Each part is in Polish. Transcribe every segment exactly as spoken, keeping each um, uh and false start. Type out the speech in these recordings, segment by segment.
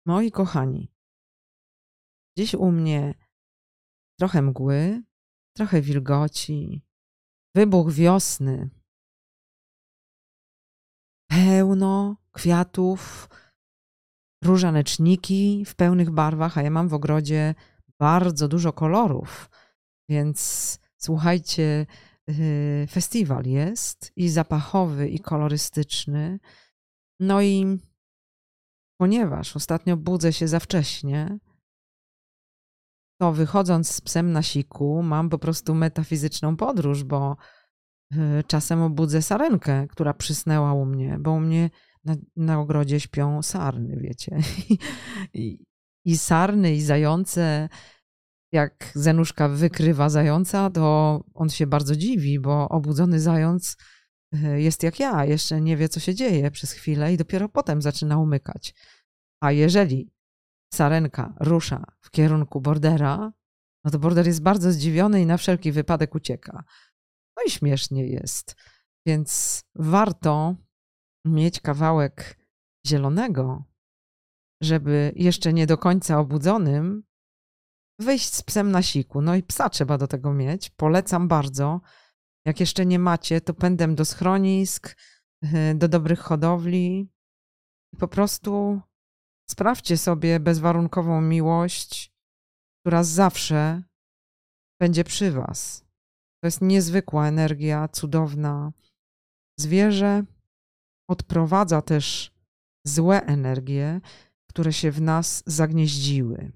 Moi kochani, dziś u mnie trochę mgły, trochę wilgoci, wybuch wiosny, pełno kwiatów, różaneczniki w pełnych barwach, a ja mam w ogrodzie bardzo dużo kolorów, więc słuchajcie, yy, festiwal jest i zapachowy, i kolorystyczny. No i ponieważ ostatnio budzę się za wcześnie, to wychodząc z psem na siku mam po prostu metafizyczną podróż, bo y, czasem obudzę sarenkę, która przysnęła u mnie, bo u mnie na, na ogrodzie śpią sarny, wiecie. I, I sarny, i zające. Jak Zenuszka wykrywa zająca, to on się bardzo dziwi, bo obudzony zając y, jest jak ja, jeszcze nie wie, co się dzieje przez chwilę i dopiero potem zaczyna umykać. A jeżeli sarenka rusza w kierunku bordera, no to border jest bardzo zdziwiony i na wszelki wypadek ucieka. No i śmiesznie jest. Więc warto mieć kawałek zielonego, żeby jeszcze nie do końca obudzonym wyjść z psem na siku. No i psa trzeba do tego mieć. Polecam bardzo. Jak jeszcze nie macie, to pędem do schronisk, do dobrych hodowli. I po prostu sprawdźcie sobie bezwarunkową miłość, która zawsze będzie przy was. To jest niezwykła energia, cudowna. Zwierzę odprowadza też złe energie, które się w nas zagnieździły.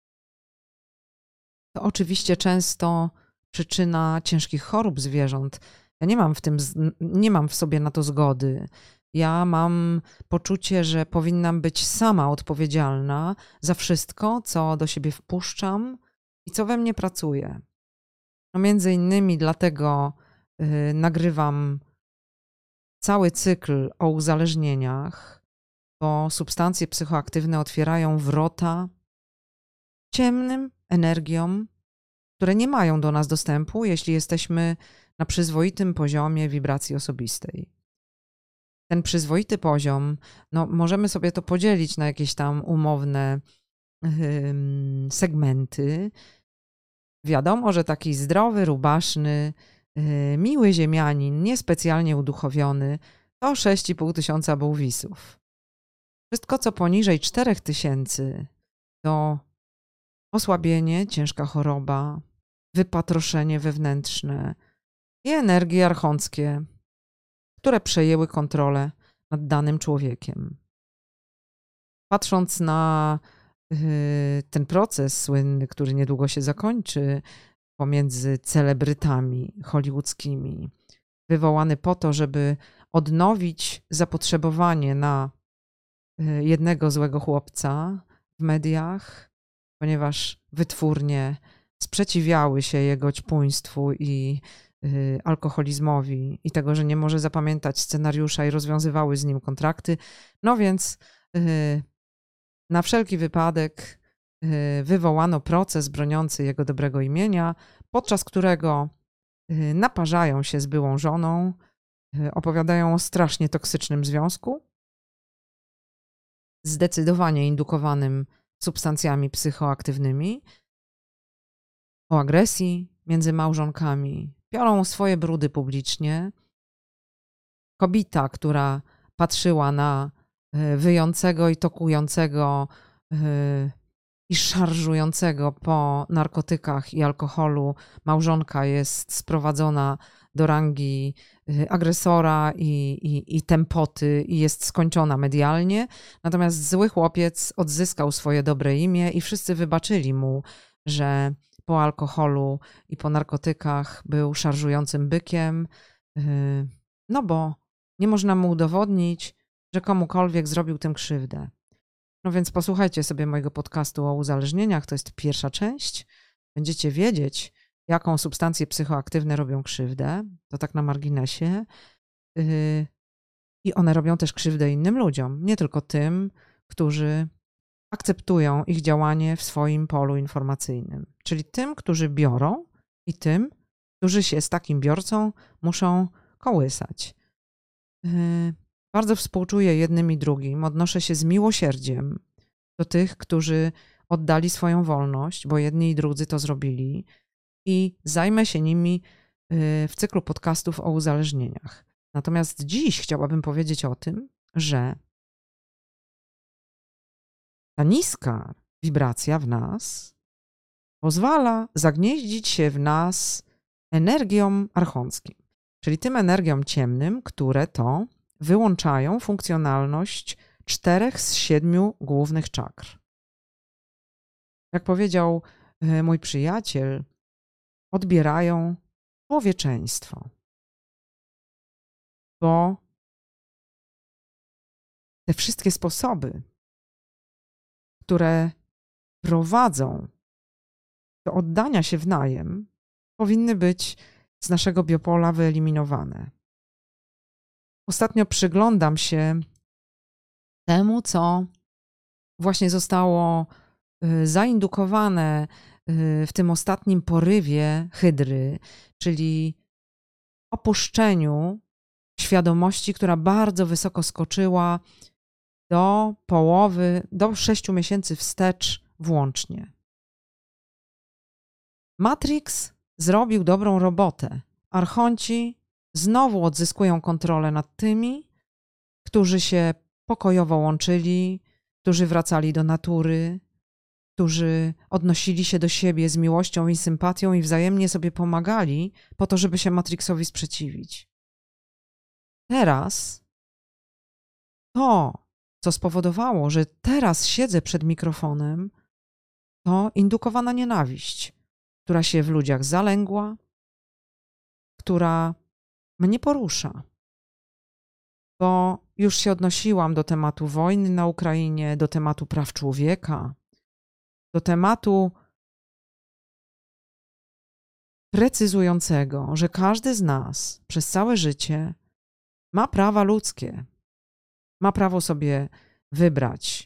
To oczywiście często przyczyna ciężkich chorób zwierząt. Ja nie mam w tym, nie mam w sobie na to zgody. Ja mam poczucie, że powinnam być sama odpowiedzialna za wszystko, co do siebie wpuszczam i co we mnie pracuje. No między innymi dlatego yy, nagrywam cały cykl o uzależnieniach, bo substancje psychoaktywne otwierają wrota ciemnym energiom, które nie mają do nas dostępu, jeśli jesteśmy na przyzwoitym poziomie wibracji osobistej. Ten przyzwoity poziom, no możemy sobie to podzielić na jakieś tam umowne yy, segmenty. Wiadomo, że taki zdrowy, rubaszny, yy, miły ziemianin, niespecjalnie uduchowiony, to sześć i pół tysiąca bułwisów. Wszystko, co poniżej czterech tysięcy, to osłabienie, ciężka choroba, wypatroszenie wewnętrzne i energie archonckie, które przejęły kontrolę nad danym człowiekiem. Patrząc na yy, ten proces słynny, który niedługo się zakończy pomiędzy celebrytami hollywoodzkimi, wywołany po to, żeby odnowić zapotrzebowanie na yy, jednego złego chłopca w mediach, ponieważ wytwórnie sprzeciwiały się jego ćpuństwu i y, alkoholizmowi i tego, że nie może zapamiętać scenariusza i rozwiązywały z nim kontrakty. No więc y, na wszelki wypadek y, wywołano proces broniący jego dobrego imienia, podczas którego y, naparzają się z byłą żoną, y, opowiadają o strasznie toksycznym związku, zdecydowanie indukowanym substancjami psychoaktywnymi, o agresji między małżonkami, piorą swoje brudy publicznie. Kobieta, która patrzyła na wyjącego i tokującego i szarżującego po narkotykach i alkoholu małżonka, jest sprowadzona do rangi agresora i, i, i tempoty i jest skończona medialnie. Natomiast zły chłopiec odzyskał swoje dobre imię i wszyscy wybaczyli mu, że po alkoholu i po narkotykach był szarżującym bykiem, no bo nie można mu udowodnić, że komukolwiek zrobił tym krzywdę. No więc posłuchajcie sobie mojego podcastu o uzależnieniach, to jest pierwsza część. Będziecie wiedzieć, jaką substancje psychoaktywne robią krzywdę, to tak na marginesie. I one robią też krzywdę innym ludziom, nie tylko tym, którzy akceptują ich działanie w swoim polu informacyjnym. Czyli tym, którzy biorą i tym, którzy się z takim biorcą muszą kołysać. Yy, bardzo współczuję jednym i drugim, odnoszę się z miłosierdziem do tych, którzy oddali swoją wolność, bo jedni i drudzy to zrobili, i zajmę się nimi w cyklu podcastów o uzależnieniach. Natomiast dziś chciałabym powiedzieć o tym, że ta niska wibracja w nas pozwala zagnieździć się w nas energiom archonskim, czyli tym energiom ciemnym, które to wyłączają funkcjonalność czterech z siedmiu głównych czakr. Jak powiedział mój przyjaciel, odbierają człowieczeństwo, bo te wszystkie sposoby, które prowadzą do oddania się w najem, powinny być z naszego biopola wyeliminowane. Ostatnio przyglądam się temu, co właśnie zostało zaindukowane w tym ostatnim porywie hydry, czyli opuszczeniu świadomości, która bardzo wysoko skoczyła do połowy, do sześciu miesięcy wstecz włącznie. Matrix zrobił dobrą robotę. Archonci znowu odzyskują kontrolę nad tymi, którzy się pokojowo łączyli, którzy wracali do natury, którzy odnosili się do siebie z miłością i sympatią i wzajemnie sobie pomagali po to, żeby się Matrixowi sprzeciwić. Teraz to, co spowodowało, że teraz siedzę przed mikrofonem, to indukowana nienawiść, która się w ludziach zalęgła, która mnie porusza. Bo już się odnosiłam do tematu wojny na Ukrainie, do tematu praw człowieka, do tematu precyzującego, że każdy z nas przez całe życie ma prawa ludzkie. Ma prawo sobie wybrać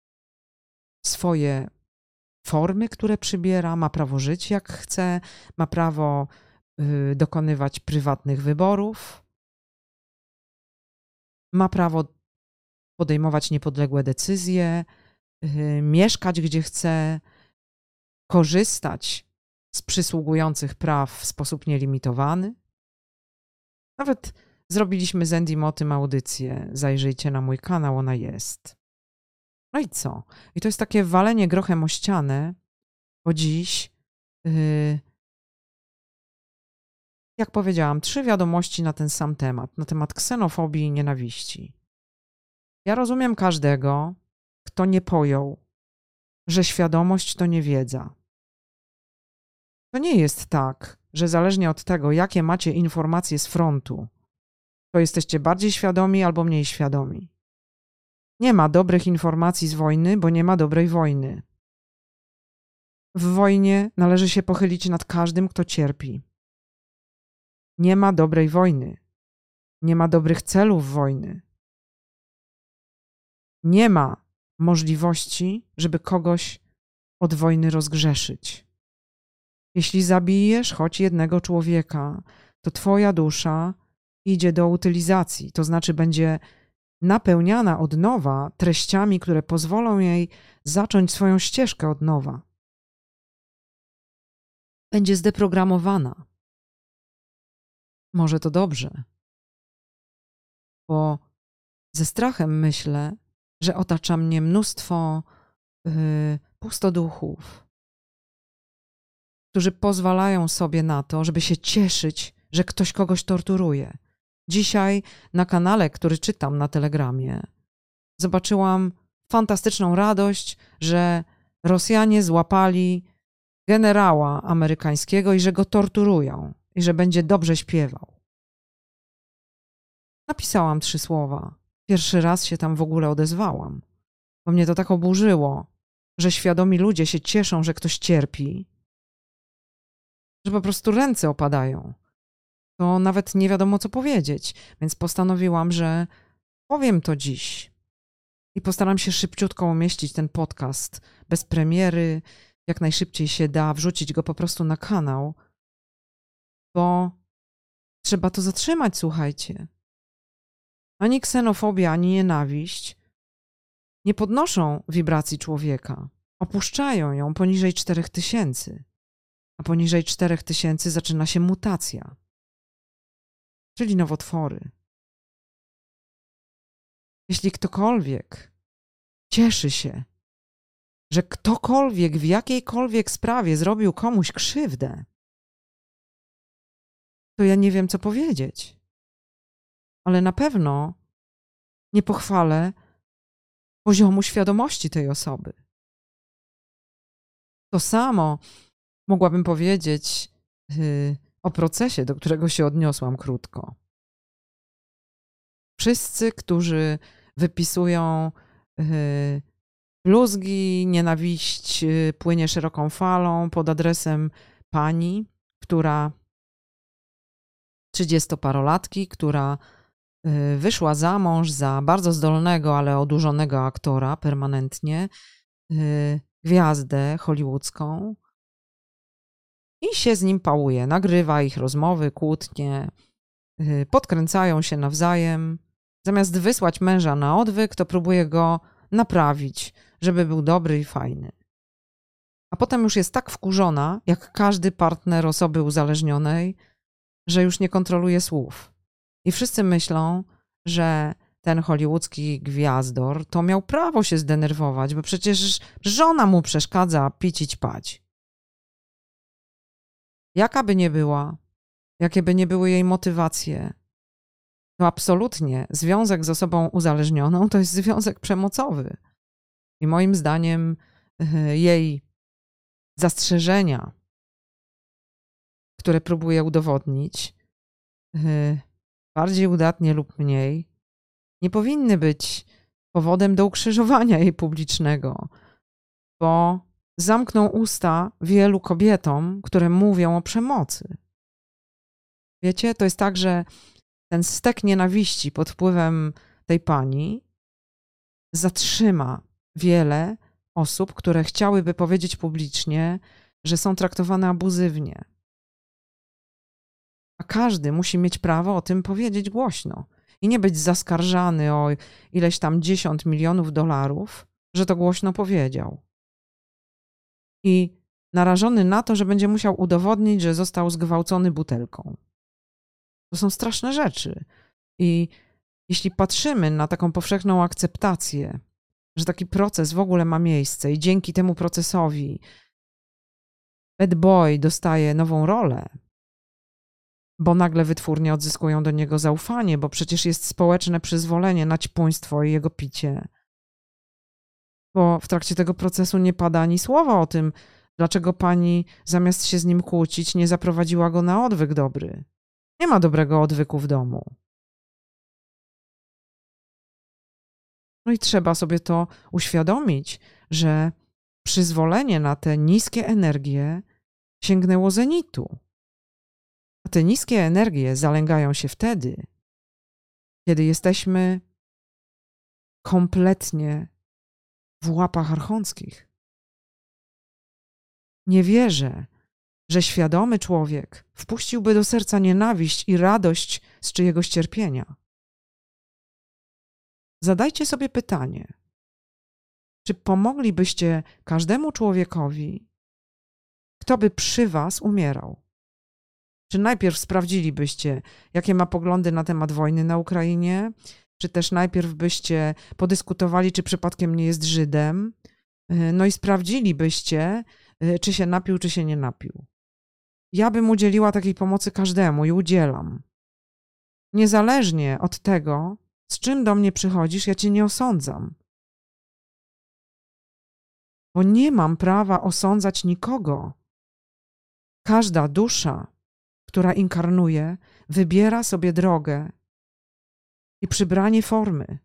swoje formy, które przybiera, ma prawo żyć jak chce, ma prawo y, dokonywać prywatnych wyborów, ma prawo podejmować niepodległe decyzje, y, mieszkać gdzie chce, korzystać z przysługujących praw w sposób nielimitowany. Nawet zrobiliśmy z Endym o tym audycję. Zajrzyjcie na mój kanał, ona jest. No i co? I to jest takie walenie grochem o ścianę, bo dziś, yy, jak powiedziałam, trzy wiadomości na ten sam temat, na temat ksenofobii i nienawiści. Ja rozumiem każdego, kto nie pojął, że świadomość to nie wiedza. To nie jest tak, że zależnie od tego, jakie macie informacje z frontu, to jesteście bardziej świadomi albo mniej świadomi. Nie ma dobrych informacji z wojny, bo nie ma dobrej wojny. W wojnie należy się pochylić nad każdym, kto cierpi. Nie ma dobrej wojny. Nie ma dobrych celów wojny. Nie ma możliwości, żeby kogoś od wojny rozgrzeszyć. Jeśli zabijesz choć jednego człowieka, to twoja dusza idzie do utylizacji, to znaczy będzie napełniana od nowa treściami, które pozwolą jej zacząć swoją ścieżkę od nowa. Będzie zdeprogramowana. Może to dobrze, bo ze strachem myślę, że otacza mnie mnóstwo yy, pustoduchów, którzy pozwalają sobie na to, żeby się cieszyć, że ktoś kogoś torturuje. Dzisiaj na kanale, który czytam na Telegramie, zobaczyłam fantastyczną radość, że Rosjanie złapali generała amerykańskiego i że go torturują i że będzie dobrze śpiewał. Napisałam trzy słowa. Pierwszy raz się tam w ogóle odezwałam, bo mnie to tak oburzyło, że świadomi ludzie się cieszą, że ktoś cierpi, że po prostu ręce opadają. To nawet nie wiadomo, co powiedzieć, więc postanowiłam, że powiem to dziś i postaram się szybciutko umieścić ten podcast bez premiery, jak najszybciej się da, wrzucić go po prostu na kanał, bo trzeba to zatrzymać, słuchajcie. Ani ksenofobia, ani nienawiść nie podnoszą wibracji człowieka, opuszczają ją poniżej czterech tysięcy, a poniżej czterech tysięcy zaczyna się mutacja, czyli nowotwory. Jeśli ktokolwiek cieszy się, że ktokolwiek w jakiejkolwiek sprawie zrobił komuś krzywdę, to ja nie wiem, co powiedzieć. Ale na pewno nie pochwalę poziomu świadomości tej osoby. To samo mogłabym powiedzieć yy, o procesie, do którego się odniosłam krótko. Wszyscy, którzy wypisują yy, bluzgi, nienawiść yy, płynie szeroką falą pod adresem pani, która trzydziestoparolatki, która yy, wyszła za mąż za bardzo zdolnego, ale odurzonego aktora permanentnie, yy, gwiazdę hollywoodzką i się z nim pałuje. Nagrywa ich rozmowy, kłótnie, yy, podkręcają się nawzajem. Zamiast wysłać męża na odwyk, to próbuje go naprawić, żeby był dobry i fajny. A potem już jest tak wkurzona, jak każdy partner osoby uzależnionej, że już nie kontroluje słów. I wszyscy myślą, że ten hollywoodzki gwiazdor to miał prawo się zdenerwować, bo przecież żona mu przeszkadza pić i ćpać. Jaka by nie była, jakie by nie były jej motywacje, to absolutnie związek z osobą uzależnioną to jest związek przemocowy. I moim zdaniem jej zastrzeżenia, które próbuje udowodnić, bardziej udatnie lub mniej, nie powinny być powodem do ukrzyżowania jej publicznego, bo zamkną usta wielu kobietom, które mówią o przemocy. Wiecie, to jest tak, że ten stek nienawiści pod wpływem tej pani zatrzyma wiele osób, które chciałyby powiedzieć publicznie, że są traktowane abuzywnie. A każdy musi mieć prawo o tym powiedzieć głośno i nie być zaskarżany o ileś tam dziesiąt milionów dolarów, że to głośno powiedział. I narażony na to, że będzie musiał udowodnić, że został zgwałcony butelką. To są straszne rzeczy. I jeśli patrzymy na taką powszechną akceptację, że taki proces w ogóle ma miejsce i dzięki temu procesowi bad boy dostaje nową rolę, bo nagle wytwórnie odzyskują do niego zaufanie, bo przecież jest społeczne przyzwolenie na ćpuństwo i jego picie. Bo w trakcie tego procesu nie pada ani słowa o tym, dlaczego pani zamiast się z nim kłócić nie zaprowadziła go na odwyk dobry. Nie ma dobrego odwyku w domu. No i trzeba sobie to uświadomić, że przyzwolenie na te niskie energie sięgnęło zenitu. A te niskie energie zalęgają się wtedy, kiedy jesteśmy kompletnie w łapach archonckich. Nie wierzę, że świadomy człowiek wpuściłby do serca nienawiść i radość z czyjegoś cierpienia. Zadajcie sobie pytanie, czy pomoglibyście każdemu człowiekowi, kto by przy was umierał? Czy najpierw sprawdzilibyście, jakie ma poglądy na temat wojny na Ukrainie? Czy też najpierw byście podyskutowali, czy przypadkiem nie jest Żydem? No i sprawdzilibyście, czy się napił, czy się nie napił. Ja bym udzieliła takiej pomocy każdemu i udzielam. Niezależnie od tego, z czym do mnie przychodzisz, ja cię nie osądzam. Bo nie mam prawa osądzać nikogo. Każda dusza, która inkarnuje, wybiera sobie drogę i przybranie formy.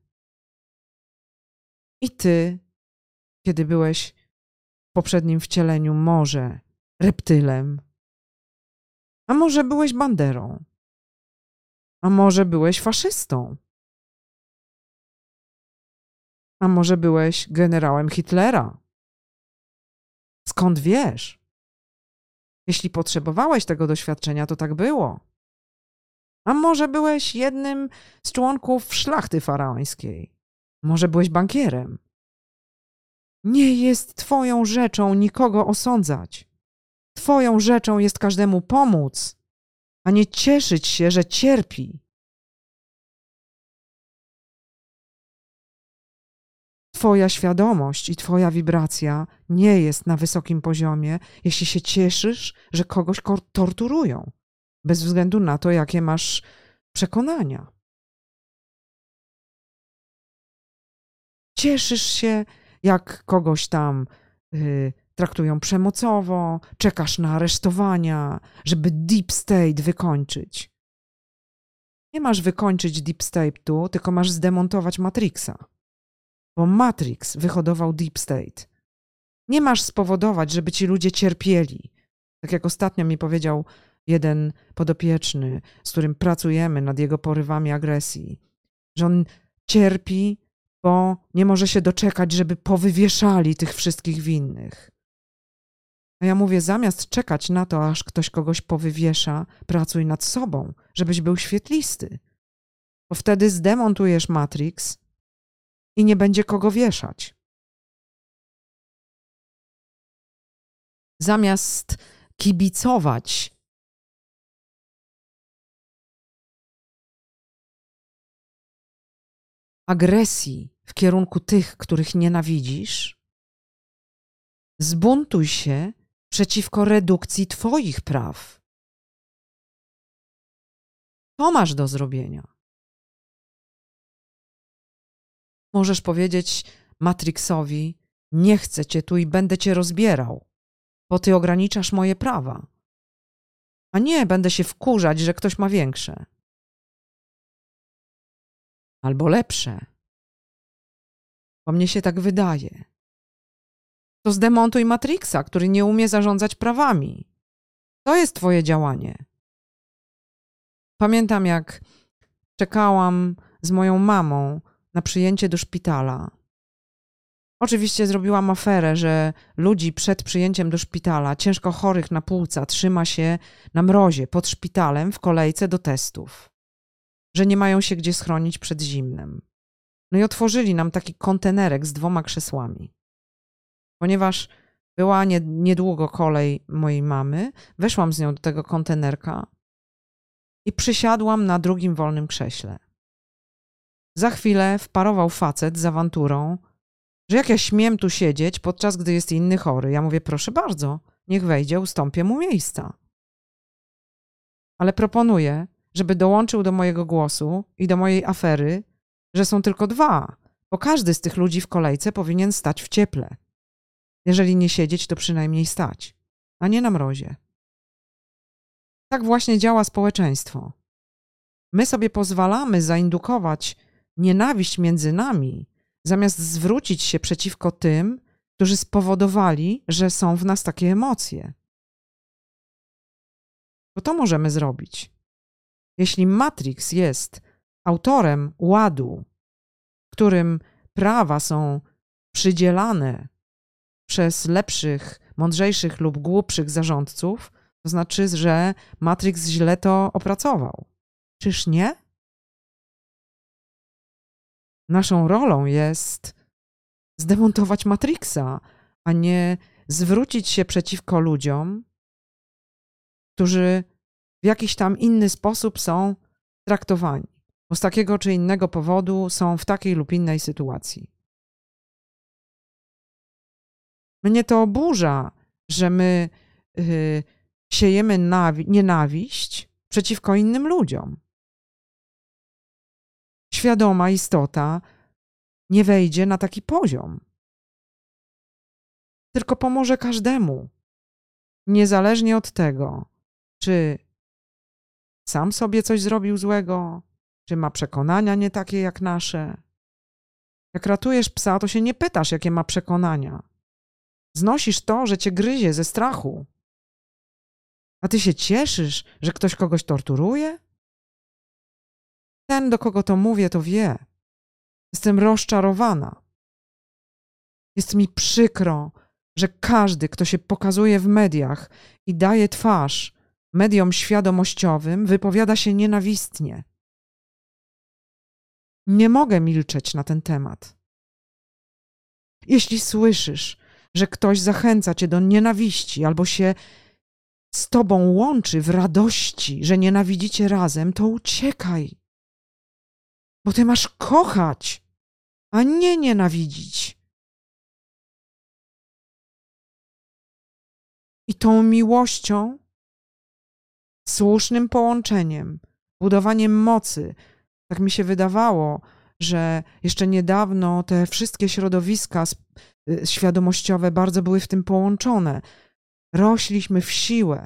I ty, kiedy byłeś w poprzednim wcieleniu może reptylem, a może byłeś banderą, a może byłeś faszystą, a może byłeś generałem Hitlera. Skąd wiesz? Jeśli potrzebowałeś tego doświadczenia, to tak było. A może byłeś jednym z członków szlachty faraońskiej. Może byłeś bankierem. Nie jest twoją rzeczą nikogo osądzać. Twoją rzeczą jest każdemu pomóc, a nie cieszyć się, że cierpi. Twoja świadomość i twoja wibracja nie jest na wysokim poziomie, jeśli się cieszysz, że kogoś torturują, bez względu na to, jakie masz przekonania. Cieszysz się, jak kogoś tam y, traktują przemocowo, czekasz na aresztowania, żeby Deep State wykończyć. Nie masz wykończyć Deep State'u, tylko masz zdemontować Matrixa. Bo Matrix wyhodował Deep State. Nie masz spowodować, żeby ci ludzie cierpieli. Tak jak ostatnio mi powiedział jeden podopieczny, z którym pracujemy nad jego porywami agresji, że on cierpi, bo nie może się doczekać, żeby powywieszali tych wszystkich winnych. A ja mówię, zamiast czekać na to, aż ktoś kogoś powywiesza, pracuj nad sobą, żebyś był świetlisty. Bo wtedy zdemontujesz Matrix i nie będzie kogo wieszać. Zamiast kibicować agresji w kierunku tych, których nienawidzisz, zbuntuj się przeciwko redukcji twoich praw. To masz do zrobienia. Możesz powiedzieć Matrixowi, nie chcę cię tu i będę cię rozbierał, bo ty ograniczasz moje prawa. A nie, będę się wkurzać, że ktoś ma większe. Albo lepsze. Bo mnie się tak wydaje. To zdemontuj Matrixa, który nie umie zarządzać prawami. To jest twoje działanie. Pamiętam, jak czekałam z moją mamą na przyjęcie do szpitala. Oczywiście zrobiłam aferę, że ludzi przed przyjęciem do szpitala, ciężko chorych na płuca, trzyma się na mrozie pod szpitalem w kolejce do testów. Że nie mają się gdzie schronić przed zimnem. No i otworzyli nam taki kontenerek z dwoma krzesłami. Ponieważ była nie, niedługo kolej mojej mamy, weszłam z nią do tego kontenerka i przysiadłam na drugim wolnym krześle. Za chwilę wparował facet z awanturą, że jak ja śmiem tu siedzieć, podczas gdy jest inny chory. Ja mówię, proszę bardzo, niech wejdzie, ustąpię mu miejsca. Ale proponuję, żeby dołączył do mojego głosu i do mojej afery, że są tylko dwa, bo każdy z tych ludzi w kolejce powinien stać w cieple. Jeżeli nie siedzieć, to przynajmniej stać, a nie na mrozie. Tak właśnie działa społeczeństwo. My sobie pozwalamy zaindukować nienawiść między nami, zamiast zwrócić się przeciwko tym, którzy spowodowali, że są w nas takie emocje. Bo to możemy zrobić. Jeśli Matrix jest autorem ładu, w którym prawa są przydzielane przez lepszych, mądrzejszych lub głupszych zarządców, to znaczy, że Matrix źle to opracował. Czyż nie? Naszą rolą jest zdemontować Matrixa, a nie zwrócić się przeciwko ludziom, którzy w jakiś tam inny sposób są traktowani, bo z takiego czy innego powodu są w takiej lub innej sytuacji. Mnie to oburza, że my yy, siejemy nawi- nienawiść przeciwko innym ludziom. Świadoma istota nie wejdzie na taki poziom. Tylko pomoże każdemu, niezależnie od tego, czy sam sobie coś zrobił złego, czy ma przekonania nie takie jak nasze. Jak ratujesz psa, to się nie pytasz, jakie ma przekonania. Znosisz to, że cię gryzie ze strachu. A ty się cieszysz, że ktoś kogoś torturuje? Ten, do kogo to mówię, to wie. Jestem rozczarowana. Jest mi przykro, że każdy, kto się pokazuje w mediach i daje twarz mediom świadomościowym, wypowiada się nienawistnie. Nie mogę milczeć na ten temat. Jeśli słyszysz, że ktoś zachęca cię do nienawiści albo się z tobą łączy w radości, że nienawidzicie razem, to uciekaj. Bo ty masz kochać, a nie nienawidzić. I tą miłością, słusznym połączeniem, budowaniem mocy, tak mi się wydawało, że jeszcze niedawno te wszystkie środowiska świadomościowe bardzo były w tym połączone. Rośliśmy w siłę.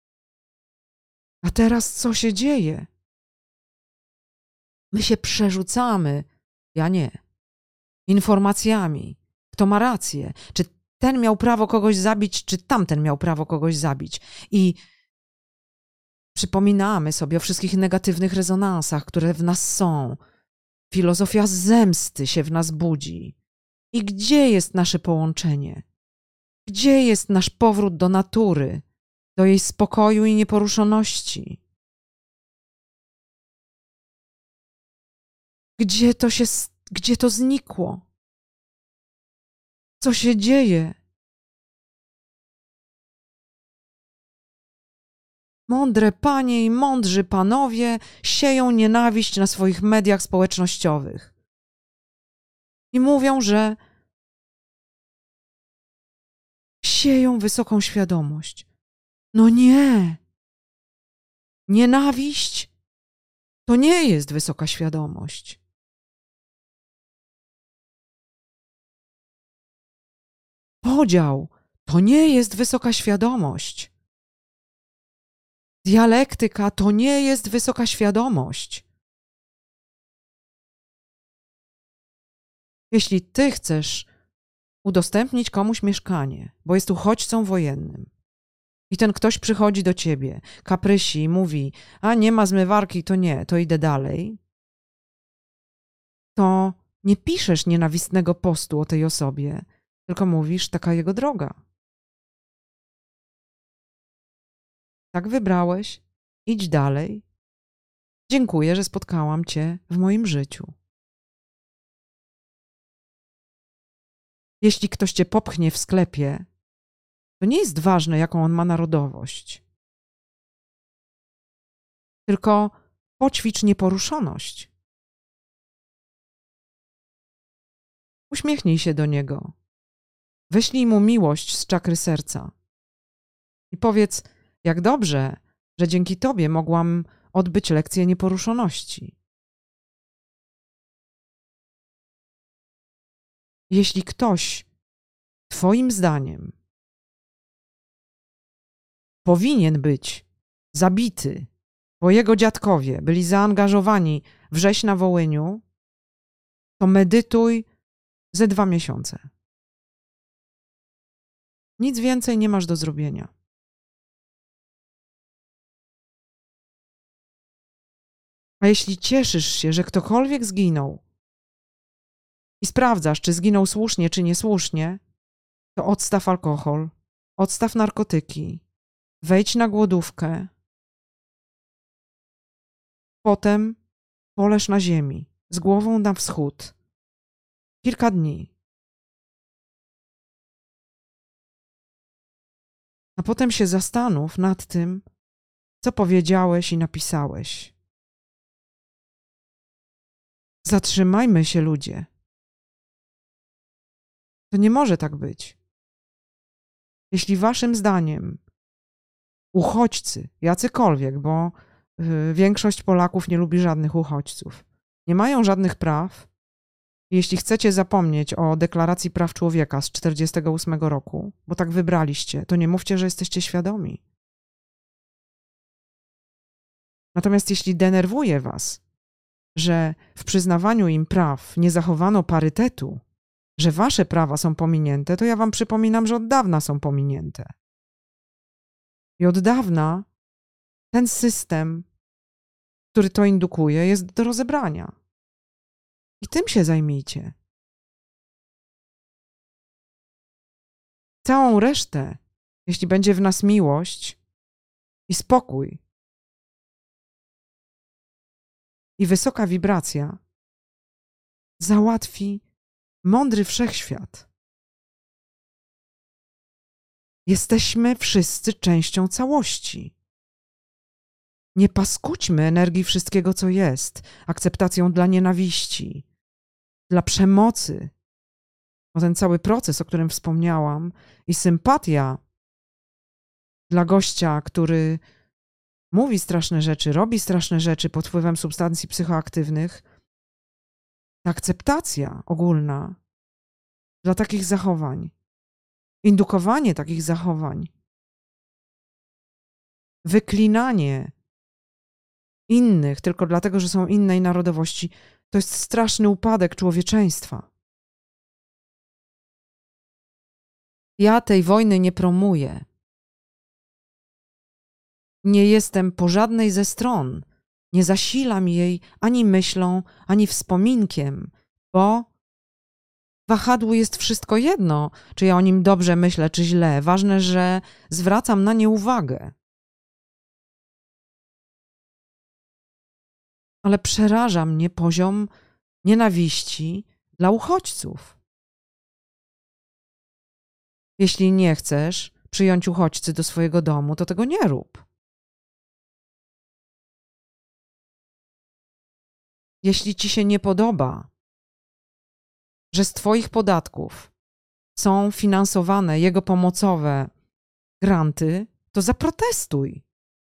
A teraz co się dzieje? My się przerzucamy, ja nie, informacjami. Kto ma rację? Czy ten miał prawo kogoś zabić, czy tamten miał prawo kogoś zabić? I przypominamy sobie o wszystkich negatywnych rezonansach, które w nas są. Filozofia zemsty się w nas budzi. I gdzie jest nasze połączenie? Gdzie jest nasz powrót do natury, do jej spokoju i nieporuszoności? Gdzie to się, gdzie to znikło? Co się dzieje? Mądre panie i mądrzy panowie sieją nienawiść na swoich mediach społecznościowych. I mówią, że sieją wysoką świadomość. No nie! Nienawiść to nie jest wysoka świadomość. Podział to nie jest wysoka świadomość. Dialektyka to nie jest wysoka świadomość. Jeśli ty chcesz udostępnić komuś mieszkanie, bo jest uchodźcą wojennym i ten ktoś przychodzi do ciebie, kaprysi i mówi, a nie ma zmywarki, to nie, to idę dalej, to nie piszesz nienawistnego postu o tej osobie, tylko mówisz, taka jego droga. Tak wybrałeś, idź dalej. Dziękuję, że spotkałam cię w moim życiu. Jeśli ktoś cię popchnie w sklepie, to nie jest ważne, jaką on ma narodowość. Tylko poćwicz nieporuszoność. Uśmiechnij się do niego. Wyślij mu miłość z czakry serca. I powiedz, jak dobrze, że dzięki tobie mogłam odbyć lekcję nieporuszoności. Jeśli ktoś, twoim zdaniem, powinien być zabity, bo jego dziadkowie byli zaangażowani w rzeź na Wołyniu, to medytuj ze dwa miesiące. Nic więcej nie masz do zrobienia. A jeśli cieszysz się, że ktokolwiek zginął i sprawdzasz, czy zginął słusznie, czy niesłusznie, to odstaw alkohol, odstaw narkotyki, wejdź na głodówkę, potem poleż na ziemi, z głową na wschód. Kilka dni. A potem się zastanów nad tym, co powiedziałeś i napisałeś. Zatrzymajmy się, ludzie. To nie może tak być. Jeśli waszym zdaniem uchodźcy, jacykolwiek, bo yy, większość Polaków nie lubi żadnych uchodźców, nie mają żadnych praw, jeśli chcecie zapomnieć o Deklaracji Praw Człowieka z tysiąc dziewięćset czterdziestego ósmego roku, bo tak wybraliście, to nie mówcie, że jesteście świadomi. Natomiast jeśli denerwuje was, że w przyznawaniu im praw nie zachowano parytetu, że wasze prawa są pominięte, to ja wam przypominam, że od dawna są pominięte. I od dawna ten system, który to indukuje, jest do rozebrania. I tym się zajmijcie. Całą resztę, jeśli będzie w nas miłość i spokój i wysoka wibracja, załatwi mądry wszechświat. Jesteśmy wszyscy częścią całości. Nie paskudźmy energii wszystkiego, co jest, akceptacją dla nienawiści, dla przemocy. Bo ten cały proces, o którym wspomniałam, i sympatia dla gościa, który mówi straszne rzeczy, robi straszne rzeczy pod wpływem substancji psychoaktywnych, ta akceptacja ogólna dla takich zachowań, indukowanie takich zachowań, wyklinanie innych tylko dlatego, że są innej narodowości, to jest straszny upadek człowieczeństwa. Ja tej wojny nie promuję. Nie jestem po żadnej ze stron. Nie zasilam jej ani myślą, ani wspominkiem, bo wahadłu jest wszystko jedno, czy ja o nim dobrze myślę, czy źle. Ważne, że zwracam na nie uwagę. Ale przeraża mnie poziom nienawiści dla uchodźców. Jeśli nie chcesz przyjąć uchodźcy do swojego domu, to tego nie rób. Jeśli ci się nie podoba, że z twoich podatków są finansowane jego pomocowe granty, to zaprotestuj.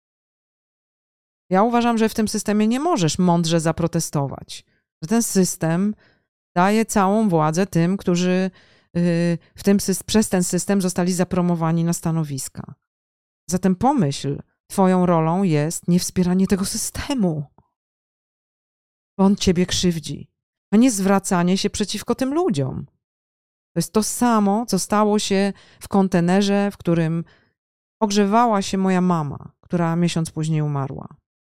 Ja uważam, że w tym systemie nie możesz mądrze zaprotestować. Że ten system daje całą władzę tym, którzy w tym, przez ten system zostali zapromowani na stanowiska. Zatem pomyśl, twoją rolą jest nie wspieranie tego systemu, bo on ciebie krzywdzi, a nie zwracanie się przeciwko tym ludziom. To jest to samo, co stało się w kontenerze, w którym ogrzewała się moja mama, która miesiąc później umarła.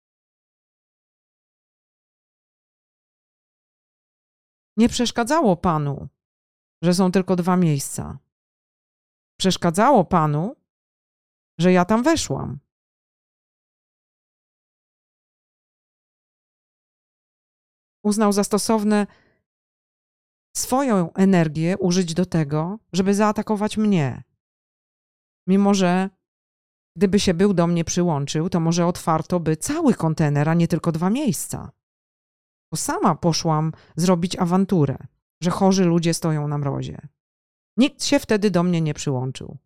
Nie przeszkadzało panu, że są tylko dwa miejsca. Przeszkadzało panu, że ja tam weszłam. Uznał za stosowne swoją energię użyć do tego, żeby zaatakować mnie. Mimo że gdyby się był do mnie przyłączył, to może otwarto by cały kontener, a nie tylko dwa miejsca. Bo sama poszłam zrobić awanturę, że chorzy ludzie stoją na mrozie. Nikt się wtedy do mnie nie przyłączył.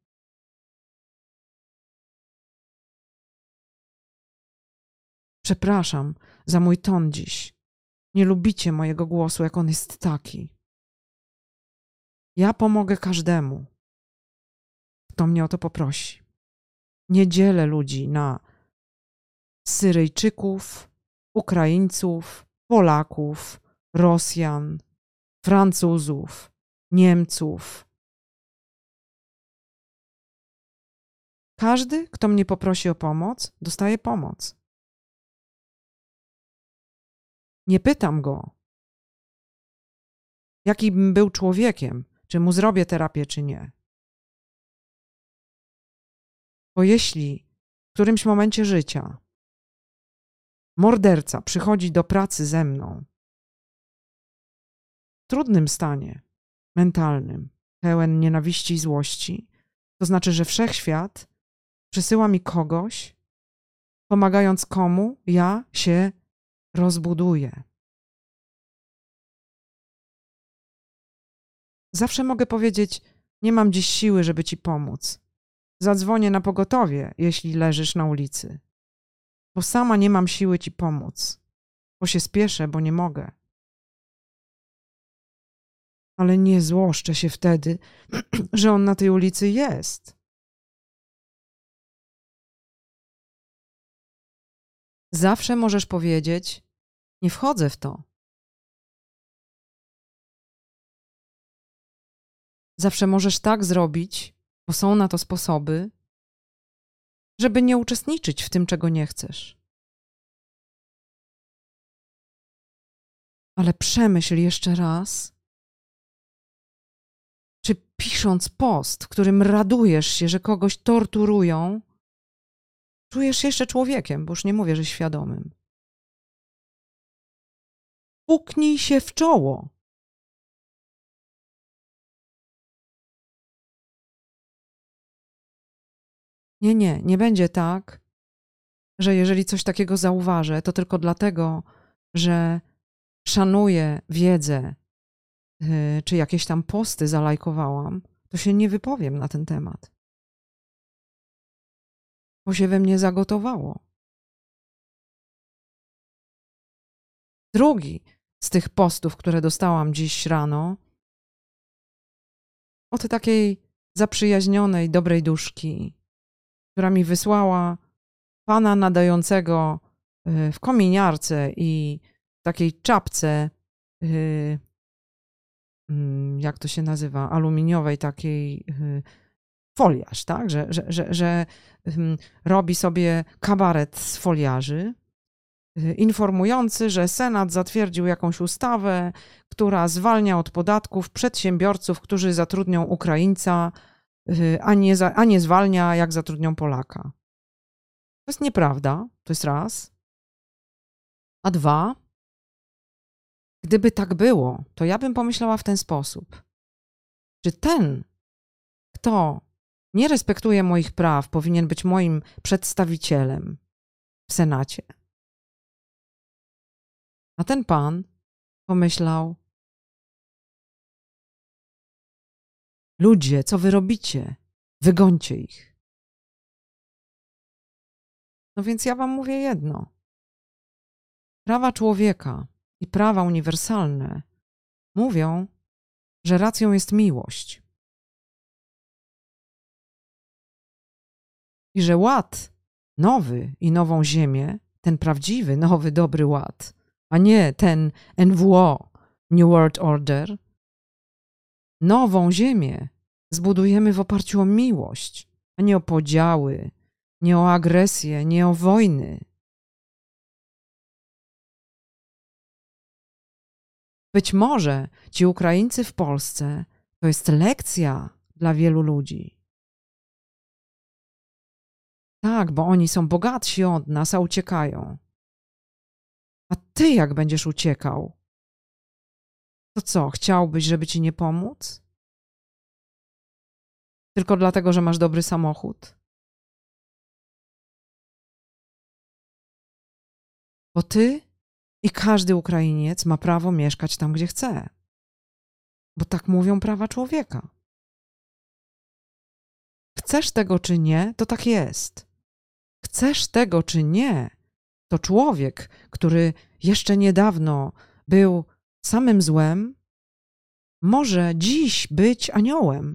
Przepraszam za mój ton dziś. Nie lubicie mojego głosu, jak on jest taki. Ja pomogę każdemu, kto mnie o to poprosi. Nie dzielę ludzi na Syryjczyków, Ukraińców, Polaków, Rosjan, Francuzów, Niemców. Każdy, kto mnie poprosi o pomoc, dostaje pomoc. Nie pytam go, jakim był człowiekiem, czy mu zrobię terapię, czy nie. Bo jeśli w którymś momencie życia morderca przychodzi do pracy ze mną w trudnym stanie mentalnym, pełen nienawiści i złości, to znaczy, że wszechświat przysyła mi kogoś, pomagając komu ja się rozbuduję. Zawsze mogę powiedzieć, nie mam dziś siły, żeby ci pomóc. Zadzwonię na pogotowie, jeśli leżysz na ulicy. Bo sama nie mam siły ci pomóc. Bo się spieszę, bo nie mogę. Ale nie złoszczę się wtedy, że on na tej ulicy jest. Zawsze możesz powiedzieć, nie wchodzę w to. Zawsze możesz tak zrobić, bo są na to sposoby, żeby nie uczestniczyć w tym, czego nie chcesz. Ale przemyśl jeszcze raz, czy pisząc post, w którym radujesz się, że kogoś torturują, czujesz się jeszcze człowiekiem, bo już nie mówię, że świadomym. Puknij się w czoło. Nie, nie, nie będzie tak, że jeżeli coś takiego zauważę, to tylko dlatego, że szanuję wiedzę, yy, czy jakieś tam posty zalajkowałam, to się nie wypowiem na ten temat. Bo się we mnie zagotowało. Drugi z tych postów, które dostałam dziś rano, od takiej zaprzyjaźnionej, dobrej duszki, która mi wysłała pana nadającego w kominiarce i w takiej czapce, jak to się nazywa, aluminiowej takiej foliarz, tak? Że, że, że, że robi sobie kabaret z foliarzy, informujący, że Senat zatwierdził jakąś ustawę, która zwalnia od podatków przedsiębiorców, którzy zatrudnią Ukraińca, a nie, za, a nie zwalnia, jak zatrudnią Polaka. To jest nieprawda, to jest raz. A dwa, gdyby tak było, to ja bym pomyślała w ten sposób. Czy ten, kto nie respektuje moich praw, powinien być moim przedstawicielem w Senacie? A ten pan pomyślał: ludzie, co wy robicie? Wygońcie ich. No więc ja wam mówię jedno. Prawa człowieka i prawa uniwersalne mówią, że racją jest miłość. I że ład nowy i nową ziemię, ten prawdziwy, nowy, dobry ład, a nie ten N W O, New World Order, nową ziemię zbudujemy w oparciu o miłość, a nie o podziały, nie o agresję, nie o wojny. Być może ci Ukraińcy w Polsce to jest lekcja dla wielu ludzi. Tak, bo oni są bogatsi od nas, a uciekają. A ty jak będziesz uciekał? To co, chciałbyś, żeby ci nie pomóc? Tylko dlatego, że masz dobry samochód? Bo ty i każdy Ukrainiec ma prawo mieszkać tam, gdzie chce. Bo tak mówią prawa człowieka. Chcesz tego czy nie, to tak jest. Chcesz tego czy nie, to człowiek, który jeszcze niedawno był samym złem, może dziś być aniołem.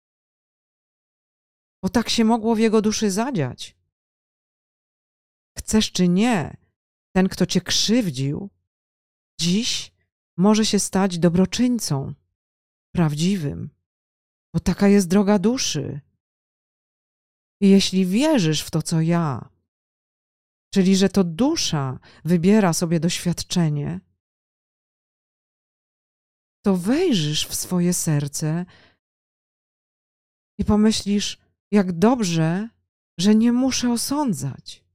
Bo tak się mogło w jego duszy zadziać. Chcesz czy nie, ten, kto cię krzywdził, dziś może się stać dobroczyńcą, prawdziwym, bo taka jest droga duszy. I jeśli wierzysz w to, co ja, czyli że to dusza wybiera sobie doświadczenie, to wejrzysz w swoje serce i pomyślisz, jak dobrze, że nie muszę osądzać.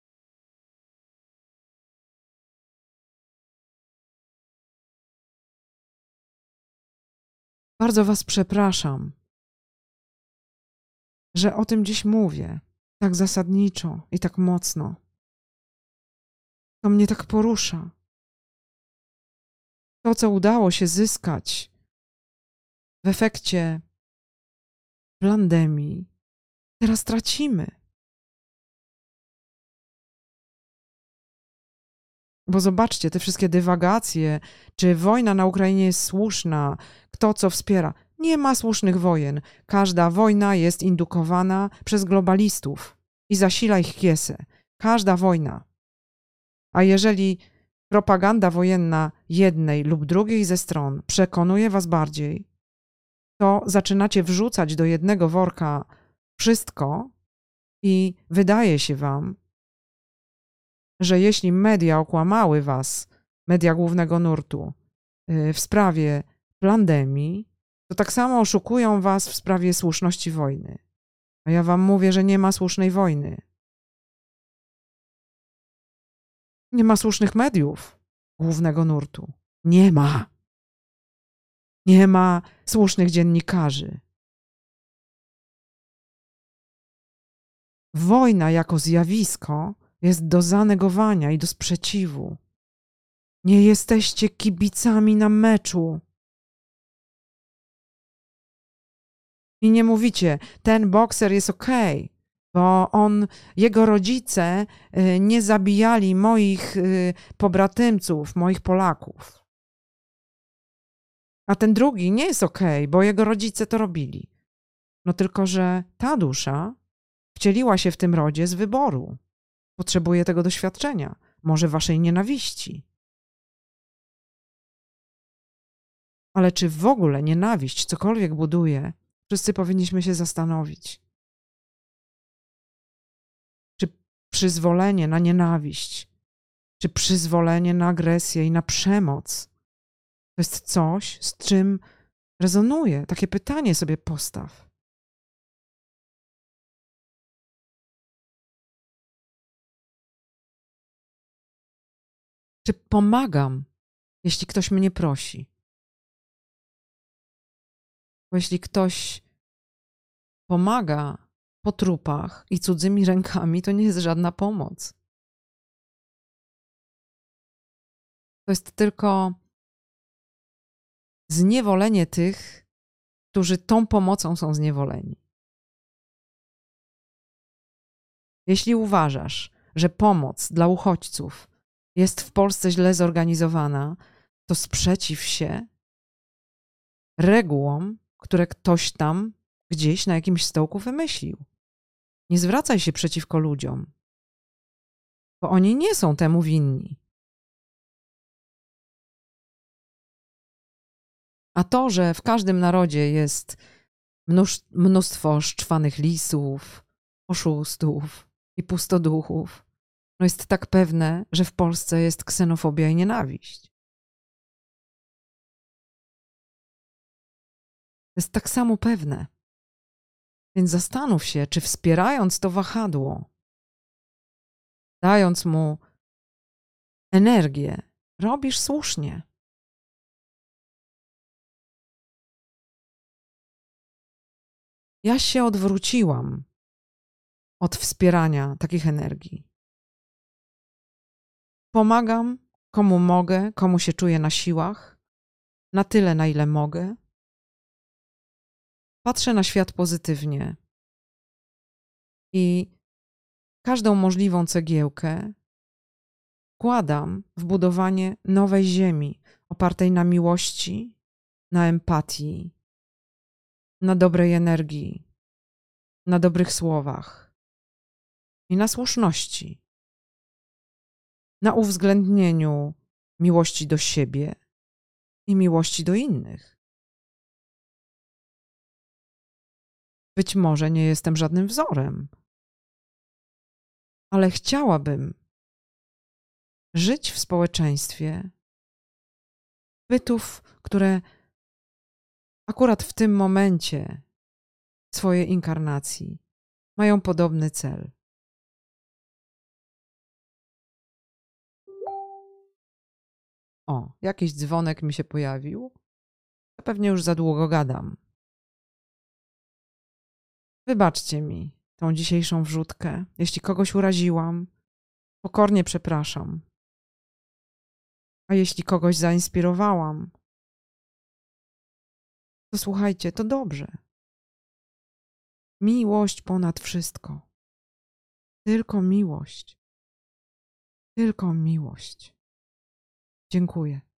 Bardzo was przepraszam, że o tym dziś mówię tak zasadniczo i tak mocno. To mnie tak porusza. To, co udało się zyskać w efekcie pandemii, teraz tracimy. Bo zobaczcie, te wszystkie dywagacje, czy wojna na Ukrainie jest słuszna, kto co wspiera. Nie ma słusznych wojen. Każda wojna jest indukowana przez globalistów i zasila ich kiesę. Każda wojna. A jeżeli propaganda wojenna jednej lub drugiej ze stron przekonuje was bardziej, to zaczynacie wrzucać do jednego worka wszystko i wydaje się wam, że jeśli media okłamały was, media głównego nurtu, w sprawie pandemii, to tak samo oszukują was w sprawie słuszności wojny. A ja wam mówię, że nie ma słusznej wojny. Nie ma słusznych mediów głównego nurtu. Nie ma. Nie ma słusznych dziennikarzy. Wojna jako zjawisko jest do zanegowania i do sprzeciwu. Nie jesteście kibicami na meczu. I nie mówicie, ten bokser jest okej, okay, bo on, jego rodzice nie zabijali moich pobratymców, moich Polaków. A ten drugi nie jest okej, okay, bo jego rodzice to robili. No tylko, że ta dusza wcieliła się w tym rodzie z wyboru. Potrzebuje tego doświadczenia, może waszej nienawiści. Ale czy w ogóle nienawiść cokolwiek buduje, wszyscy powinniśmy się zastanowić. Czy przyzwolenie na nienawiść, czy przyzwolenie na agresję i na przemoc to jest coś, z czym rezonuje? Takie pytanie sobie postaw. Czy pomagam, jeśli ktoś mnie prosi? Bo jeśli ktoś pomaga po trupach i cudzymi rękami, to nie jest żadna pomoc. To jest tylko zniewolenie tych, którzy tą pomocą są zniewoleni. Jeśli uważasz, że pomoc dla uchodźców jest w Polsce źle zorganizowana, to sprzeciw się regułom, które ktoś tam gdzieś na jakimś stołku wymyślił. Nie zwracaj się przeciwko ludziom, bo oni nie są temu winni. A to, że w każdym narodzie jest mnóstwo szczwanych lisów, oszustów i pustoduchów, no jest tak pewne, że w Polsce jest ksenofobia i nienawiść. To jest tak samo pewne. Więc zastanów się, czy wspierając to wahadło, dając mu energię, robisz słusznie. Ja się odwróciłam od wspierania takich energii. Pomagam komu mogę, komu się czuję na siłach, na tyle, na ile mogę. Patrzę na świat pozytywnie i każdą możliwą cegiełkę wkładam w budowanie nowej ziemi, opartej na miłości, na empatii, na dobrej energii, na dobrych słowach i na słuszności, na uwzględnieniu miłości do siebie i miłości do innych. Być może nie jestem żadnym wzorem, ale chciałabym żyć w społeczeństwie bytów, które akurat w tym momencie swojej inkarnacji mają podobny cel. O, jakiś dzwonek mi się pojawił. Ja pewnie już za długo gadam. Wybaczcie mi tą dzisiejszą wrzutkę. Jeśli kogoś uraziłam, pokornie przepraszam. A jeśli kogoś zainspirowałam, to słuchajcie, to dobrze. Miłość ponad wszystko. Tylko miłość. Tylko miłość. Dziękuję.